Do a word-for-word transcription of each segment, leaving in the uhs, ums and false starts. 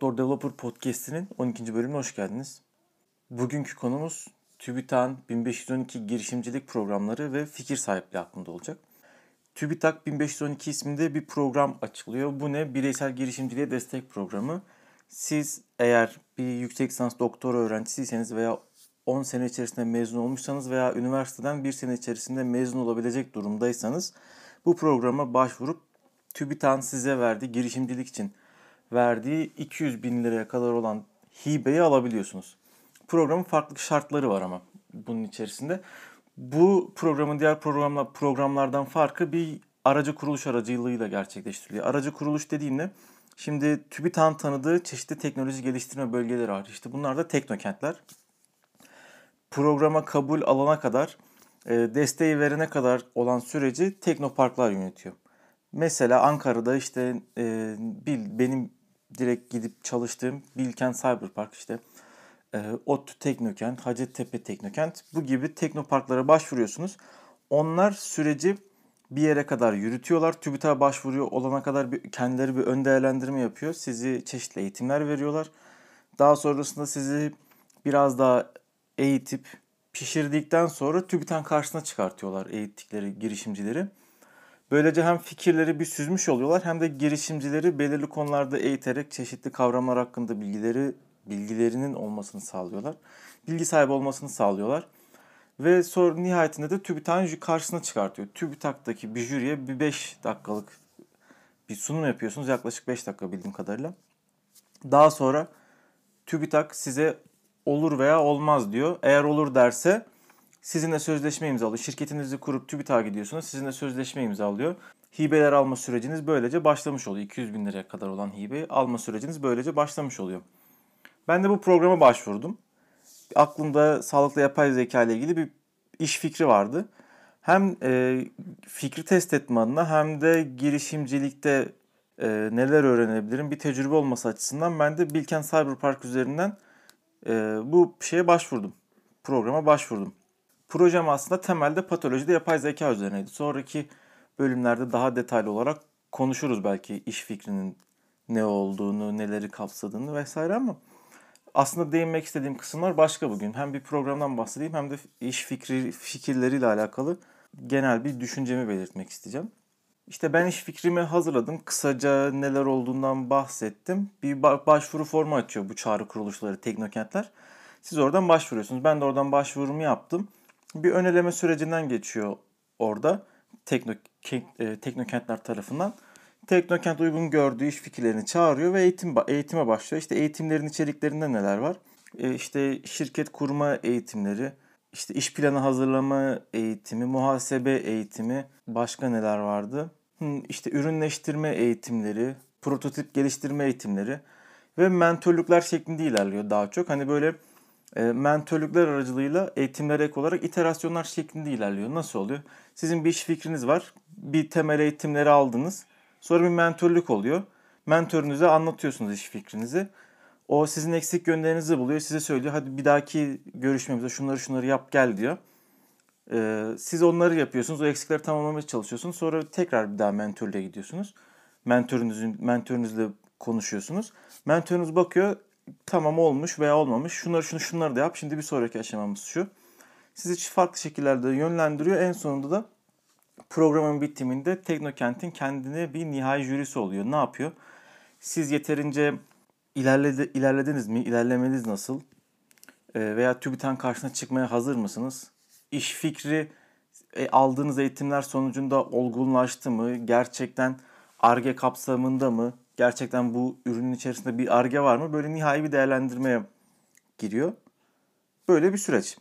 Outdoor Developer Podcast'inin on ikinci bölümüne hoş geldiniz. Bugünkü konumuz TÜBİTAK'ın bin beş yüz on iki girişimcilik programları ve fikir sahipliği hakkında olacak. TÜBİTAK bin beş yüz on iki isminde bir program açıklıyor. Bu ne? Bireysel girişimciliğe destek programı. Siz eğer bir yüksek lisans doktora öğrencisiyseniz veya on sene içerisinde mezun olmuşsanız veya üniversiteden bir sene içerisinde mezun olabilecek durumdaysanız bu programa başvurup TÜBİTAK'ın size verdiği girişimcilik için verdiği iki yüz bin liraya kadar olan hibeyi alabiliyorsunuz. Programın farklı şartları var ama bunun içerisinde. Bu programın diğer programlar, programlardan farkı bir aracı kuruluş aracılığıyla gerçekleştiriliyor. Aracı kuruluş dediğimde şimdi TÜBİTAK'ın tanıdığı çeşitli teknoloji geliştirme bölgeleri var. İşte bunlar da teknokentler. Programa kabul alana kadar, desteği verene kadar olan süreci teknoparklar yönetiyor. Mesela Ankara'da işte e, benim direkt gidip çalıştığım Bilkent Cyberpark, işte e, ODTÜ Teknokent, Hacettepe Teknokent, bu gibi teknoparklara başvuruyorsunuz. Onlar süreci bir yere kadar yürütüyorlar. TÜBİTAK'a başvuruyor olana kadar bir, kendileri bir ön değerlendirme yapıyor. Sizi çeşitli eğitimler veriyorlar. Daha sonrasında sizi biraz daha eğitip pişirdikten sonra TÜBİTAK'ın karşısına çıkartıyorlar eğittikleri girişimcileri. Böylece hem fikirleri bir süzmüş oluyorlar hem de girişimcileri belirli konularda eğiterek çeşitli kavramlar hakkında bilgileri bilgilerinin olmasını sağlıyorlar. Bilgi sahibi olmasını sağlıyorlar. Ve sonra nihayetinde de TÜBİTAK'ın karşısına çıkartıyor. TÜBİTAK'taki bir jüriye bir beş dakikalık bir sunum yapıyorsunuz. Yaklaşık beş dakika bildiğim kadarıyla. Daha sonra TÜBİTAK size olur veya olmaz diyor. Eğer olur derse sizinle sözleşme imzalıyor. Şirketinizi kurup TÜBİTAK'a gidiyorsunuz. Sizinle sözleşme imzalıyor. Hibeler alma süreciniz böylece başlamış oluyor. iki yüz bin liraya kadar olan hibeyi alma süreciniz böylece başlamış oluyor. Ben de bu programa başvurdum. Aklımda sağlıklı yapay zeka ile ilgili bir iş fikri vardı. Hem e, fikri test etme adına hem de girişimcilikte e, neler öğrenebilirim bir tecrübe olması açısından ben de Bilkent Cyberpark üzerinden e, bu şeye başvurdum. Programa başvurdum. Projem aslında temelde patolojide yapay zeka üzerineydi. Sonraki bölümlerde daha detaylı olarak konuşuruz belki iş fikrinin ne olduğunu, neleri kapsadığını vesaire, ama aslında değinmek istediğim kısımlar başka bugün. Hem bir programdan bahsedeyim hem de iş fikri fikirleriyle alakalı genel bir düşüncemi belirtmek isteyeceğim. İşte ben iş fikrimi hazırladım. Kısaca neler olduğundan bahsettim. Bir başvuru formu açıyor bu çağrı kuruluşları, teknokentler. Siz oradan başvuruyorsunuz. Ben de oradan başvurumu yaptım. Bir ön eleme sürecinden geçiyor orada tekno, e, teknokentler tarafından. Teknokent uygun gördüğü iş fikirlerini çağırıyor ve eğitim eğitime başlıyor. İşte eğitimlerin içeriklerinde neler var? E, işte şirket kurma eğitimleri, işte iş planı hazırlama eğitimi, muhasebe eğitimi, başka neler vardı? Hmm, işte ürünleştirme eğitimleri, prototip geliştirme eğitimleri ve mentörlükler şeklinde ilerliyor daha çok. Hani böyle e, mentörlükler aracılığıyla eğitimlere ek olarak iterasyonlar şeklinde ilerliyor. Nasıl oluyor? Sizin bir iş fikriniz var. Bir temel eğitimleri aldınız. Sonra bir mentörlük oluyor. Mentörünüze anlatıyorsunuz iş fikrinizi. O sizin eksik yönlerinizi buluyor. Size söylüyor. Hadi bir dahaki görüşmemizde şunları şunları yap gel diyor. Ee, siz onları yapıyorsunuz. O eksikleri tamamlamaya çalışıyorsunuz. Sonra tekrar bir daha mentörlüğe gidiyorsunuz. Mentörünüzün mentörünüzle konuşuyorsunuz. Mentörünüz bakıyor. Tamam olmuş veya olmamış. Şunları şunu şunları da yap. Şimdi bir sonraki aşamamız şu. Sizi farklı şekillerde yönlendiriyor. En sonunda da programın bitiminde Teknokent'in kendine bir nihai jürisi oluyor. Ne yapıyor? Siz yeterince ilerledi, ilerlediniz mi? İlerlemeniz nasıl? E, veya TÜBİTAK'ın karşısına çıkmaya hazır mısınız? İş fikri e, aldığınız eğitimler sonucunda olgunlaştı mı? Gerçekten Ar-Ge kapsamında mı? Gerçekten bu ürünün içerisinde bir Ar-Ge var mı? Böyle nihai bir değerlendirmeye giriyor. Böyle bir süreç.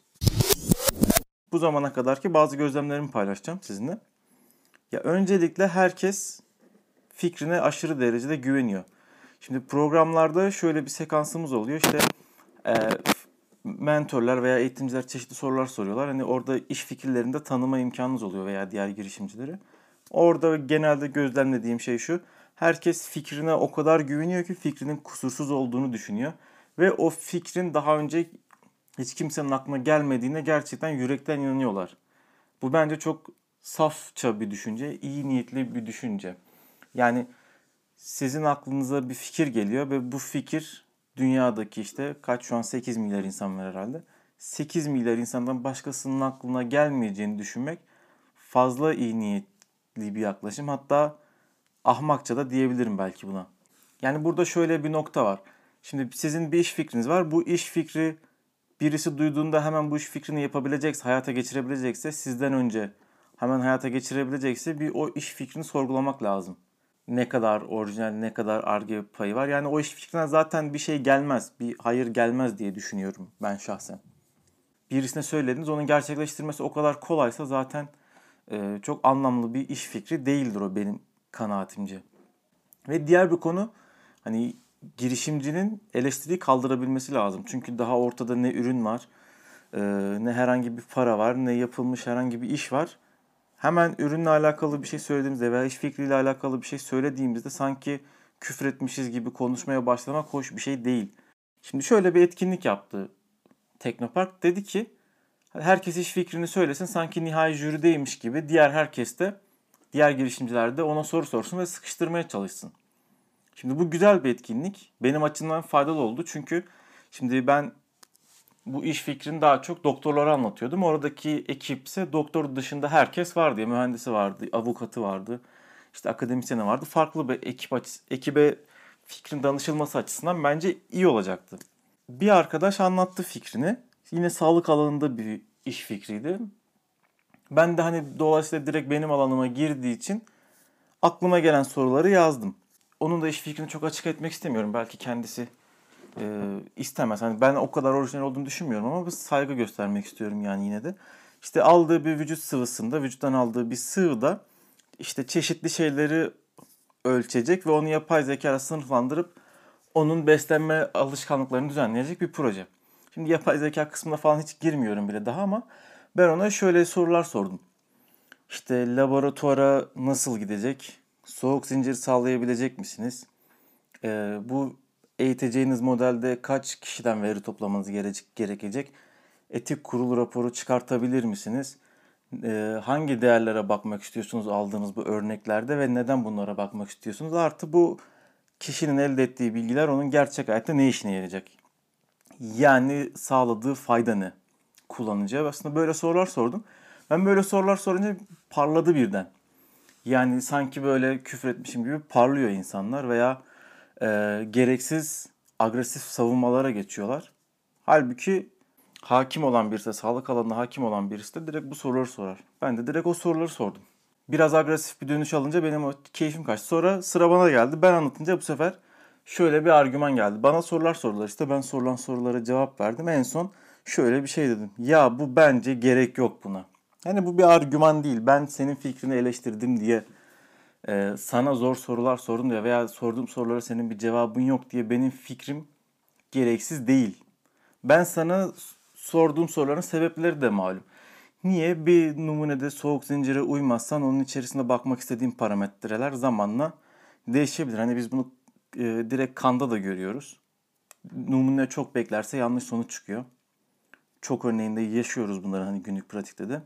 Bu zamana kadarki bazı gözlemlerimi paylaşacağım sizinle. Ya öncelikle herkes fikrine aşırı derecede güveniyor. Şimdi programlarda şöyle bir sekansımız oluyor. İşte e, mentorlar veya eğitimciler çeşitli sorular soruyorlar. Hani orada iş fikirlerini de tanıma imkanınız oluyor veya diğer girişimcileri. Orada genelde gözlemlediğim şey şu. Herkes fikrine o kadar güveniyor ki fikrinin kusursuz olduğunu düşünüyor. Ve o fikrin daha önce hiç kimsenin aklına gelmediğine gerçekten yürekten inanıyorlar. Bu bence çok safça bir düşünce, iyi niyetli bir düşünce. Yani Sizin aklınıza bir fikir geliyor ve bu fikir dünyadaki işte kaç şu an sekiz milyar insan var herhalde. sekiz milyar insandan başkasının aklına gelmeyeceğini düşünmek fazla iyi niyetli bir yaklaşım. Hatta ahmakça da diyebilirim belki buna. Yani burada şöyle bir nokta var. Şimdi sizin bir iş fikriniz var. Bu iş fikri birisi duyduğunda hemen bu iş fikrini yapabilecekse, hayata geçirebilecekse, sizden önce hemen hayata geçirebilecekse bir o iş fikrini sorgulamak lazım. Ne kadar orijinal, ne kadar Ar-Ge payı var. Yani o iş fikrinden zaten bir şey gelmez, bir hayır gelmez diye düşünüyorum ben şahsen. Birisine söylediniz, onun gerçekleştirmesi o kadar kolaysa zaten e, çok anlamlı bir iş fikri değildir o benim kanaatimce. Ve diğer bir konu, hani girişimcinin eleştiriyi kaldırabilmesi lazım. Çünkü daha ortada ne ürün var, e, ne herhangi bir para var, ne yapılmış herhangi bir iş var. Hemen ürünle alakalı bir şey söylediğimizde veya iş fikriyle alakalı bir şey söylediğimizde sanki küfretmişiz gibi konuşmaya başlamak hoş bir şey değil. Şimdi şöyle bir etkinlik yaptı Teknopark. Dedi ki herkes iş fikrini söylesin, sanki nihai jürideymiş gibi diğer herkes de, diğer girişimciler de ona soru sorsun ve sıkıştırmaya çalışsın. Şimdi bu güzel bir etkinlik. Benim açımdan faydalı oldu. Çünkü şimdi ben bu iş fikrini daha çok doktorlara anlatıyordum. Oradaki ekipse doktor dışında herkes vardı ya. Mühendisi vardı, avukatı vardı, işte akademisyeni vardı. Farklı bir ekip açısı, ekibe fikrin danışılması açısından bence iyi olacaktı. Bir arkadaş anlattı fikrini. Yine sağlık alanında bir iş fikriydi. Ben de hani dolayısıyla direkt benim alanıma girdiği için aklıma gelen soruları yazdım. Onun da iş fikrini çok açık etmek istemiyorum. Belki kendisi e, istemez. Hani ben o kadar orijinal olduğunu düşünmüyorum ama bir saygı göstermek istiyorum yani yine de. İşte aldığı bir vücut sıvısında, vücuttan aldığı bir sıvıda işte çeşitli şeyleri ölçecek ve onu yapay zeka sınıflandırıp onun beslenme alışkanlıklarını düzenleyecek bir proje. Şimdi yapay zeka kısmına falan hiç girmiyorum bile daha ama ben ona şöyle sorular sordum. İşte laboratuvara nasıl gidecek? Soğuk zincir sağlayabilecek misiniz? Ee, bu eğiteceğiniz modelde kaç kişiden veri toplamanız gerekecek? Etik kurulu raporu çıkartabilir misiniz? Ee, hangi değerlere bakmak istiyorsunuz aldığınız bu örneklerde ve neden bunlara bakmak istiyorsunuz? Artı bu kişinin elde ettiği bilgiler onun gerçek hayatta ne işine yarayacak? Yani sağladığı fayda ne? Kullanıcıya aslında böyle sorular sordum. Ben böyle sorular sorunca parladı birden. Yani sanki böyle küfretmişim gibi parlıyor insanlar veya e, gereksiz agresif savunmalara geçiyorlar. Halbuki hakim olan birisi, sağlık alanına hakim olan birisi de direkt bu soruları sorar. Ben de direkt o soruları sordum. Biraz agresif bir dönüş alınca benim o keyfim kaçtı. Sonra sıra bana geldi. Ben anlatınca bu sefer şöyle bir argüman geldi. Bana sorular sordular, işte ben sorulan sorulara cevap verdim. En son şöyle bir şey dedim. Ya bu bence gerek yok buna. Yani bu bir argüman değil. Ben senin fikrini eleştirdim diye e, sana zor sorular sordum diye veya sorduğum sorulara senin bir cevabın yok diye benim fikrim gereksiz değil. Ben sana sorduğum soruların sebepleri de malum. Niye? Bir numunede soğuk zincire uymazsan onun içerisinde bakmak istediğin parametreler zamanla değişebilir. Hani biz bunu e, direkt kanda da görüyoruz. Numune çok beklerse yanlış sonuç çıkıyor. Çok örneğinde yaşıyoruz bunları hani günlük pratikte de.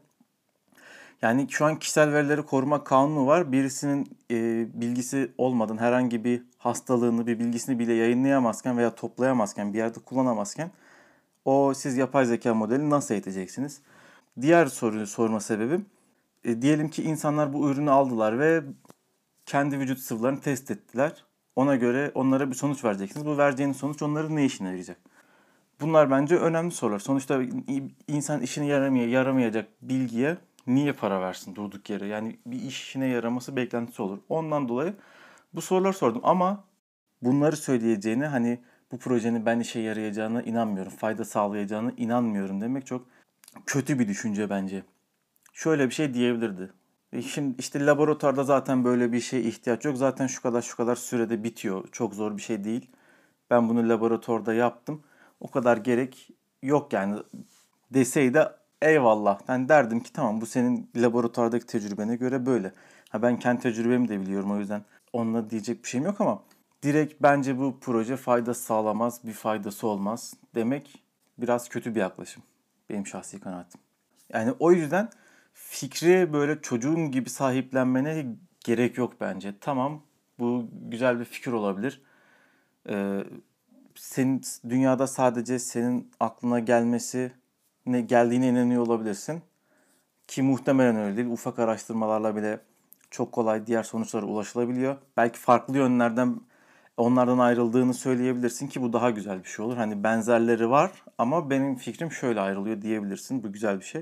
Yani şu an kişisel verileri koruma kanunu var. Birisinin e, bilgisi olmadan herhangi bir hastalığını, bir bilgisini bile yayınlayamazken veya toplayamazken, bir yerde kullanamazken o siz yapay zeka modelini nasıl eğiteceksiniz? Diğer soruyu sorma sebebim, e, diyelim ki insanlar bu ürünü aldılar ve kendi vücut sıvılarını test ettiler. Ona göre onlara bir sonuç vereceksiniz. Bu vereceğiniz sonuç onların ne işine yarayacak? Bunlar bence önemli sorular. Sonuçta insan işine yaramay yaramayacak bilgiye niye para versin durduk yere? Yani bir işine yaraması beklentisi olur. Ondan dolayı bu soruları sordum ama bunları söyleyeceğine, hani bu projenin ben işe yarayacağına inanmıyorum, fayda sağlayacağına inanmıyorum demek çok kötü bir düşünce bence. Şöyle bir şey diyebilirdi. E Şimdi işte laboratuvarda zaten böyle bir şeye ihtiyaç yok. Zaten şu kadar şu kadar sürede bitiyor. Çok zor bir şey değil. Ben bunu laboratuvarda yaptım. O kadar gerek yok yani deseydi eyvallah. Ben derdim ki tamam, bu senin laboratuvardaki tecrübene göre böyle. Ha, ben kendi tecrübemi de biliyorum, o yüzden onunla diyecek bir şeyim yok ama direkt bence bu proje fayda sağlamaz, bir faydası olmaz demek biraz kötü bir yaklaşım. Benim şahsi kanaatim. Yani o yüzden fikri böyle çocuğun gibi sahiplenmene gerek yok bence. Tamam, Bu güzel bir fikir olabilir. Ee, senin dünyada sadece senin aklına gelmesi ne geldiğine inanıyor olabilirsin. Ki muhtemelen öyle değil. Ufak araştırmalarla bile çok kolay diğer sonuçlara ulaşılabiliyor. Belki farklı yönlerden onlardan ayrıldığını söyleyebilirsin ki bu daha güzel bir şey olur. Hani benzerleri var ama benim fikrim şöyle ayrılıyor diyebilirsin. Bu güzel bir şey.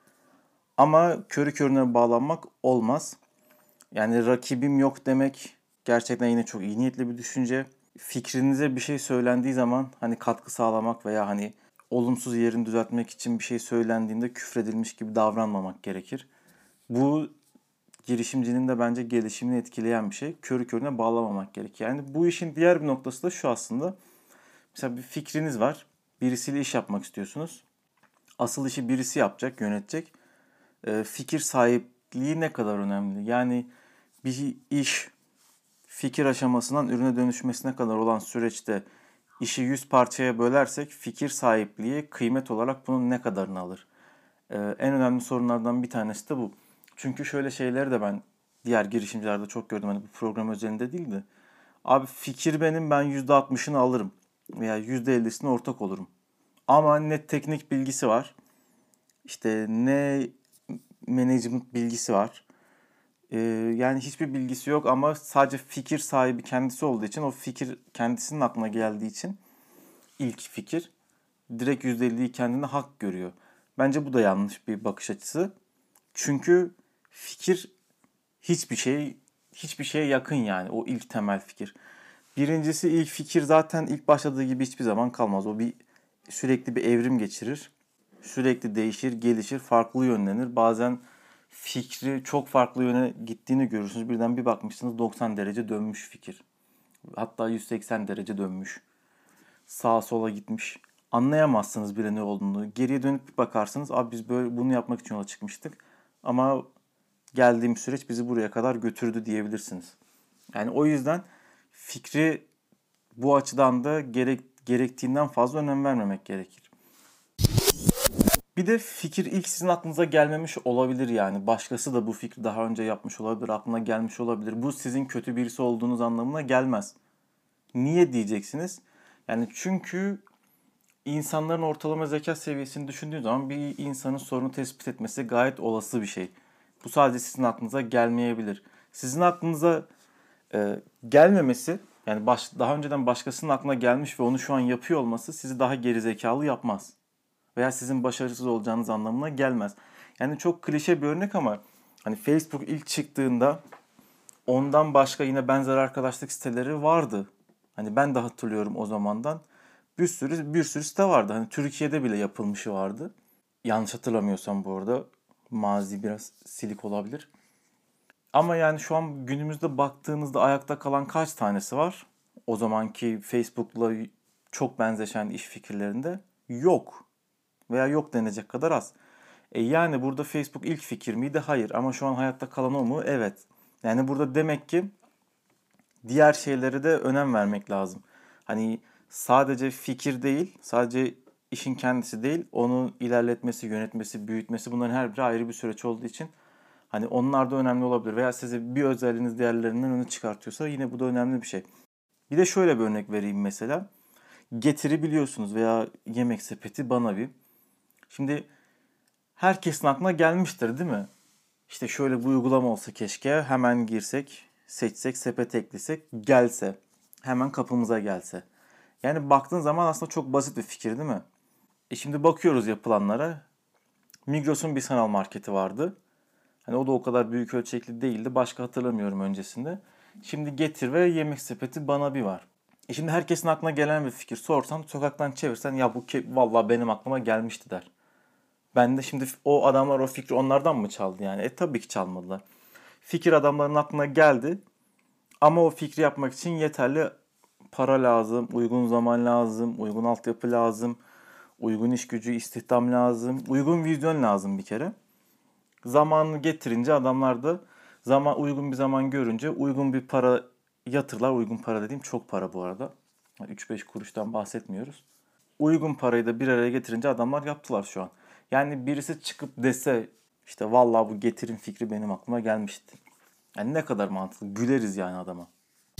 Ama körü körüne bağlanmak olmaz. Yani rakibim yok demek gerçekten yine çok iyi niyetli bir düşünce. Fikrinize bir şey söylendiği zaman hani katkı sağlamak veya hani olumsuz yerini düzeltmek için bir şey söylendiğinde küfredilmiş gibi davranmamak gerekir. Bu girişimcinin de bence gelişimini etkileyen bir şey. Körü körüne bağlamamak gerek. Yani bu işin diğer bir noktası da şu aslında. Mesela bir fikriniz var. Birisiyle iş yapmak istiyorsunuz. Asıl işi birisi yapacak, yönetecek. Ee, fikir sahipliği ne kadar önemli? Yani bir iş fikir aşamasından ürüne dönüşmesine kadar olan süreçte işi yüz parçaya bölersek fikir sahipliği kıymet olarak bunun ne kadarını alır? Ee, en önemli sorunlardan bir tanesi de bu. Çünkü şöyle şeyleri de ben diğer girişimcilerde çok gördüm. Hani bu program özelinde değil de. Abi fikir benim, ben yüzde altmışını alırım. Veya yüzde ellisine ortak olurum. Ama ne teknik bilgisi var. İşte ne management bilgisi var. Ee, yani hiçbir bilgisi yok ama sadece fikir sahibi kendisi olduğu için, o fikir kendisinin aklına geldiği için ilk fikir direkt yüzde elliyi kendine hak görüyor. Bence bu da yanlış bir bakış açısı. Çünkü fikir hiçbir şey hiçbir şeye yakın, yani o ilk temel fikir. Birincisi, ilk fikir zaten ilk başladığı gibi hiçbir zaman kalmaz. O bir sürekli bir evrim geçirir. Sürekli değişir, gelişir, farklı yönlenir. Bazen fikri çok farklı yöne gittiğini görürsünüz. Birden bir bakmışsınız doksan derece dönmüş fikir. Hatta yüz seksen derece dönmüş. Sağa sola gitmiş. Anlayamazsınız bile ne olduğunu. Geriye dönüp bir bakarsınız. Abi biz böyle bunu yapmak için yola çıkmıştık. Ama geldiğim süreç bizi buraya kadar götürdü diyebilirsiniz. Yani o yüzden fikri bu açıdan da gerek, gerektiğinden fazla önem vermemek gerekir. Bir de fikir ilk sizin aklınıza gelmemiş olabilir yani. Başkası da bu fikri daha önce yapmış olabilir, aklına gelmiş olabilir. Bu sizin kötü birisi olduğunuz anlamına gelmez. Niye diyeceksiniz? Yani çünkü insanların ortalama zeka seviyesini düşündüğün zaman bir insanın sorunu tespit etmesi gayet olası bir şey. Bu sadece sizin aklınıza gelmeyebilir. Sizin aklınıza e, gelmemesi, yani baş, daha önceden başkasının aklına gelmiş ve onu şu an yapıyor olması sizi daha geri zekalı yapmaz. Veya sizin başarısız olacağınız anlamına gelmez. Yani çok klişe bir örnek ama hani Facebook ilk çıktığında ondan başka yine benzer arkadaşlık siteleri vardı. Hani ben de hatırlıyorum o zamandan. Bir sürü bir sürü site vardı. Hani Türkiye'de bile yapılmışı vardı. Yanlış hatırlamıyorsam bu arada. Mazi biraz silik olabilir. Ama yani şu an günümüzde baktığınızda ayakta kalan kaç tanesi var? O zamanki Facebook'la çok benzeşen iş fikirlerinde yok. Veya yok denecek kadar az. E yani burada Facebook ilk fikir miydi? Hayır. Ama şu an hayatta kalan o mu? Evet. Yani burada demek ki diğer şeylere de önem vermek lazım. Hani sadece fikir değil, sadece işin kendisi değil, onu ilerletmesi, yönetmesi, büyütmesi, bunların her biri ayrı bir süreç olduğu için hani onlar da önemli olabilir. Veya size bir özelliğiniz diğerlerinden öne çıkartıyorsa yine bu da önemli bir şey. Bir de şöyle bir örnek vereyim mesela. Getiri biliyorsunuz veya Yemek Sepeti, Bana Bir. Şimdi herkesin aklına gelmiştir değil mi? İşte şöyle bir uygulama olsa keşke, hemen girsek, seçsek, sepet eklesek, gelse. Hemen kapımıza gelse. Yani baktığın zaman aslında çok basit bir fikir değil mi? E şimdi bakıyoruz yapılanlara. Migros'un bir sanal marketi vardı. Hani o da o kadar büyük ölçekli değildi. Başka hatırlamıyorum öncesinde. Şimdi Getir ve Yemek Sepeti, Bana Bir var. E şimdi herkesin aklına gelen bir fikir. Sorsan, sokaktan çevirsen, ya bu ke- vallahi benim aklıma gelmişti der. Ben de şimdi o adamlar o fikri onlardan mı çaldı yani? E tabii ki çalmadılar. Fikir adamların aklına geldi ama o fikri yapmak için yeterli para lazım, uygun zaman lazım, uygun altyapı lazım, uygun iş gücü, istihdam lazım, uygun vizyon lazım bir kere. Zamanını getirince adamlar da zaman uygun bir zaman görünce uygun bir para yatırlar. Uygun para dediğim çok para bu arada. üç beş kuruştan bahsetmiyoruz. Uygun parayı da bir araya getirince adamlar yaptılar şu an. Yani birisi çıkıp dese işte vallahi bu Getir'in fikri benim aklıma gelmişti. Yani ne kadar mantıklı. Güleriz yani adama.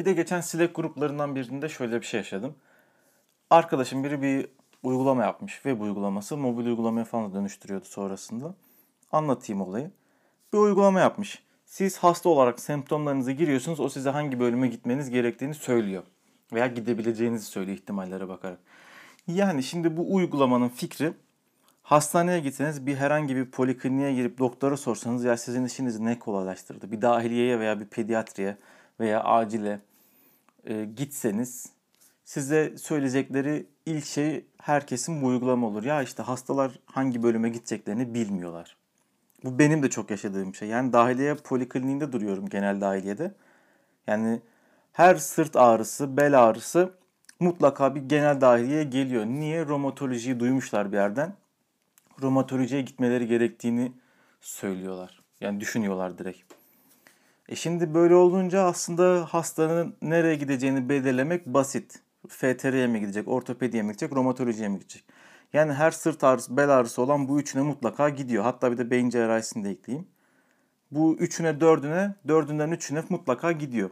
Bir de geçen Slack gruplarından birinde şöyle bir şey yaşadım. Arkadaşım biri bir uygulama yapmış. Web uygulaması. Mobil uygulamaya falan da dönüştürüyordu sonrasında. Anlatayım olayı. Bir uygulama yapmış. Siz hasta olarak semptomlarınızı giriyorsunuz. O size hangi bölüme gitmeniz gerektiğini söylüyor. Veya gidebileceğinizi söylüyor ihtimallere bakarak. Yani şimdi bu uygulamanın fikri, hastaneye gitseniz, bir herhangi bir polikliniğe girip doktora sorsanız ya sizin işinizi ne kolaylaştırdı? Bir dahiliyeye veya bir pediatriye veya acile e, gitseniz size söyleyecekleri ilk şey herkesin bu uygulama olur. Ya işte hastalar hangi bölüme gideceklerini bilmiyorlar. Bu benim de çok yaşadığım şey. Yani dahiliye polikliniğinde duruyorum, genel dahiliyede. Yani her sırt ağrısı, bel ağrısı mutlaka bir genel dahiliyeye geliyor. Niye? Romatolojiyi duymuşlar bir yerden. Romatolojiye gitmeleri gerektiğini söylüyorlar. Yani düşünüyorlar direkt. E şimdi böyle olunca aslında hastanın nereye gideceğini belirlemek basit. F T R'ye mi gidecek, ortopediye mi gidecek, romatolojiye mi gidecek? Yani her sırt ağrısı, bel ağrısı olan bu üçüne mutlaka gidiyor. Hatta bir de beyin cerrahisini de ekleyeyim. Bu üçüne, dördüne, dördünden üçüne mutlaka gidiyor.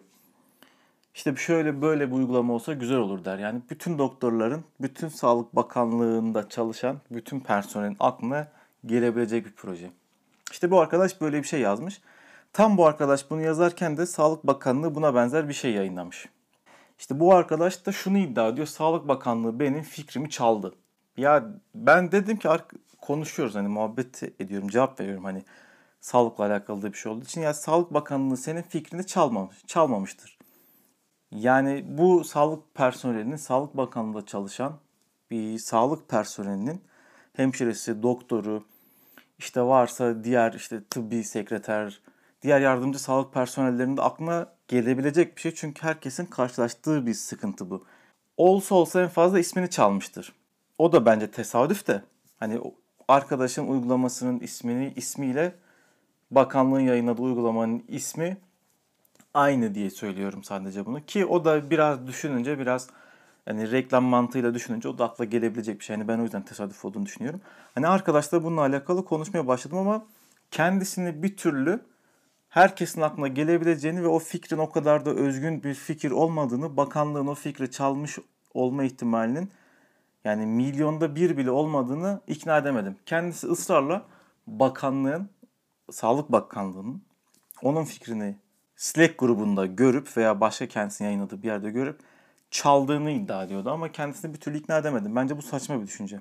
İşte şöyle böyle bir uygulama olsa güzel olur der. Yani bütün doktorların, bütün Sağlık Bakanlığı'nda çalışan bütün personelin aklına gelebilecek bir proje. İşte bu arkadaş böyle bir şey yazmış. Tam bu arkadaş bunu yazarken de Sağlık Bakanlığı buna benzer bir şey yayınlamış. İşte bu arkadaş da şunu iddia ediyor. Sağlık Bakanlığı benim fikrimi çaldı. Ya ben dedim ki konuşuyoruz, hani muhabbet ediyorum, cevap veriyorum, hani sağlıkla alakalı da bir şey olduğu için. Ya Sağlık Bakanlığı senin fikrini çalmamış, çalmamıştır. Yani bu sağlık personelinin, Sağlık Bakanlığı'nda çalışan bir sağlık personelinin hemşiresi, doktoru, işte varsa diğer işte tıbbi sekreter, diğer yardımcı sağlık personellerinin de aklına gelebilecek bir şey. Çünkü herkesin karşılaştığı bir sıkıntı bu. Olsa olsa en fazla ismini çalmıştır. O da bence tesadüf de. Hani arkadaşın uygulamasının ismini ismiyle bakanlığın yayınladığı uygulamanın ismi aynı diye söylüyorum sadece bunu. Ki o da biraz düşününce, biraz hani reklam mantığıyla düşününce o da akla gelebilecek bir şey. Yani ben o yüzden tesadüf olduğunu düşünüyorum. Hani arkadaşlar bununla alakalı konuşmaya başladım ama kendisini bir türlü herkesin aklına gelebileceğini ve o fikrin o kadar da özgün bir fikir olmadığını, bakanlığın o fikri çalmış olma ihtimalinin yani milyonda bir bile olmadığını ikna edemedim. Kendisi ısrarla bakanlığın, Sağlık Bakanlığı'nın onun fikrini Slack grubunda görüp veya başka kendisinin yayınladığı bir yerde görüp çaldığını iddia ediyordu ama kendisini bir türlü ikna edemedim. Bence bu saçma bir düşünce.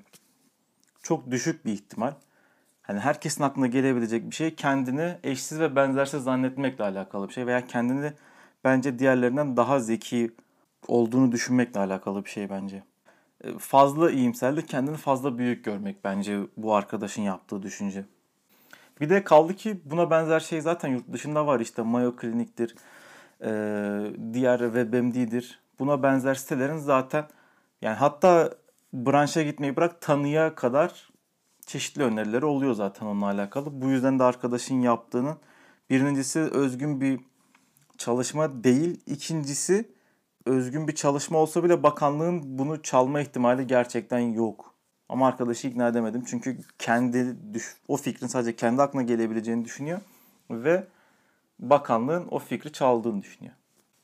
Çok düşük bir ihtimal. Hani herkesin aklına gelebilecek bir şey kendini eşsiz ve benzersiz zannetmekle alakalı bir şey veya kendini bence diğerlerinden daha zeki olduğunu düşünmekle alakalı bir şey bence. E, Fazla iyimserlik, kendini fazla büyük görmek bence bu arkadaşın yaptığı düşünce. Bir de kaldı ki buna benzer şey zaten yurt dışında var, işte Mayo Klinik'tir, e, diğer WebMD'dir. Buna benzer sitelerin zaten yani hatta branşa gitmeyi bırak tanıya kadar çeşitli önerileri oluyor zaten onunla alakalı. Bu yüzden de arkadaşın yaptığının birincisi özgün bir çalışma değil. İkincisi özgün bir çalışma olsa bile bakanlığın bunu çalma ihtimali gerçekten yok. Ama arkadaşı ikna edemedim. Çünkü kendi o fikrin sadece kendi aklına gelebileceğini düşünüyor ve bakanlığın o fikri çaldığını düşünüyor.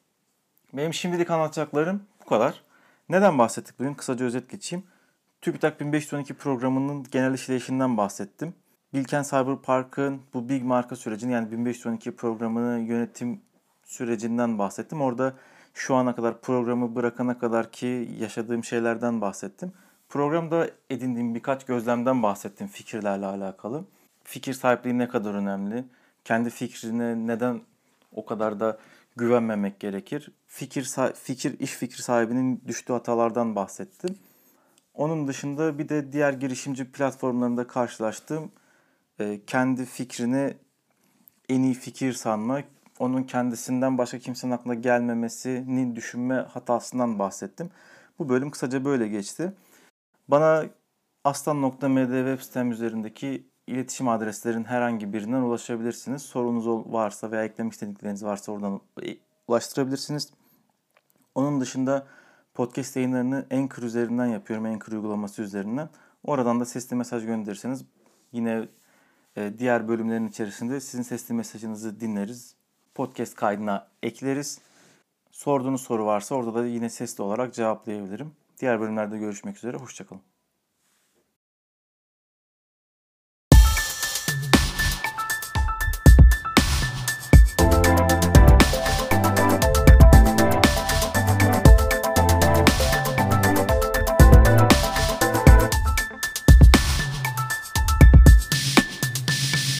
Benim şimdilik anlatacaklarım bu kadar. Neden bahsettik bugün? Kısaca özet geçeyim. TÜBİTAK bin beş yüz on iki programının genel işleyişinden bahsettim. Bilkent Cyberpark'ın bu Big Marka sürecini, yani bin beş yüz on iki programını yönetim sürecinden bahsettim. Orada şu ana kadar programı bırakana kadar ki yaşadığım şeylerden bahsettim. Programda edindiğim birkaç gözlemden bahsettim fikirlerle alakalı. Fikir sahipliği ne kadar önemli? Kendi fikrine neden o kadar da güvenmemek gerekir? Fikir fikir iş fikir sahibinin düştüğü hatalardan bahsettim. Onun dışında bir de diğer girişimci platformlarında karşılaştığım e, kendi fikrini en iyi fikir sanma, onun kendisinden başka kimsenin aklına gelmemesini düşünme hatasından bahsettim. Bu bölüm kısaca böyle geçti. Bana aslan nokta m d web sitem üzerindeki iletişim adreslerin herhangi birinden ulaşabilirsiniz. Sorunuz varsa veya eklemek istedikleriniz varsa oradan ulaştırabilirsiniz. Onun dışında podcast yayınlarını Anchor üzerinden yapıyorum. Anchor uygulaması üzerinden. Oradan da sesli mesaj gönderirseniz yine e, diğer bölümlerin içerisinde sizin sesli mesajınızı dinleriz. Podcast kaydına ekleriz. Sorduğunuz soru varsa orada da yine sesli olarak cevaplayabilirim. Diğer bölümlerde görüşmek üzere. Hoşça kalın.